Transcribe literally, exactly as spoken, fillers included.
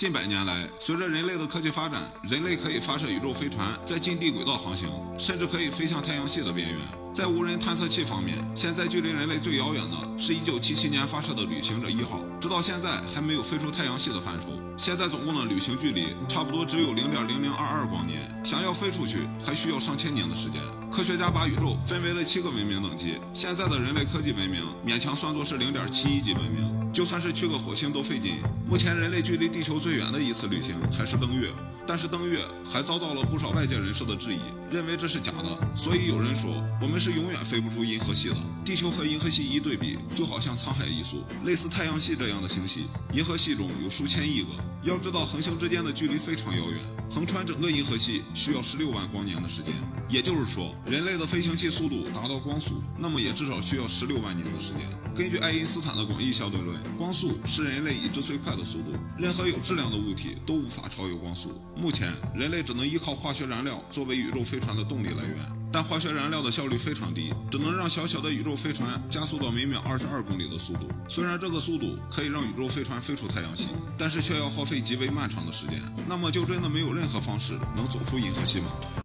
近百年来，随着人类的科技发展，人类可以发射宇宙飞船在近地轨道航行，甚至可以飞向太阳系的边缘。在无人探测器方面，现在距离人类最遥远的是一九七七年发射的旅行者一号，直到现在还没有飞出太阳系的范畴。现在总共的旅行距离差不多只有 零点零零二二光年，想要飞出去还需要上千年的时间。科学家把宇宙分为了七个文明等级，现在的人类科技文明勉强算作是 零点七一级文明，就算是去个火星都费劲。目前人类距离地球最远的一次旅行还是登月，但是登月还遭到了不少外界人士的质疑，认为这是假的。所以有人说，我们是永远飞不出银河系的。地球和银河系一对比，就好像沧海一粟，类似太阳系这样的星系，银河系中有数千亿个。要知道恒星之间的距离非常遥远，横穿整个银河系需要十六万光年的时间。也就是说，人类的飞行器速度达到光速，那么也至少需要十六万年的时间。根据爱因斯坦的广义相对论，光速是人类已知最快的速度，任何有质量的物体都无法超越光速。目前人类只能依靠化学燃料作为宇宙飞船的动力来源，但化学燃料的效率非常低，只能让小小的宇宙飞船加速到每秒二十二公里的速度。虽然这个速度可以让宇宙飞船飞出太阳系，但是却要耗费极为漫长的时间。那么就真的没有任何方式能走出银河系吗？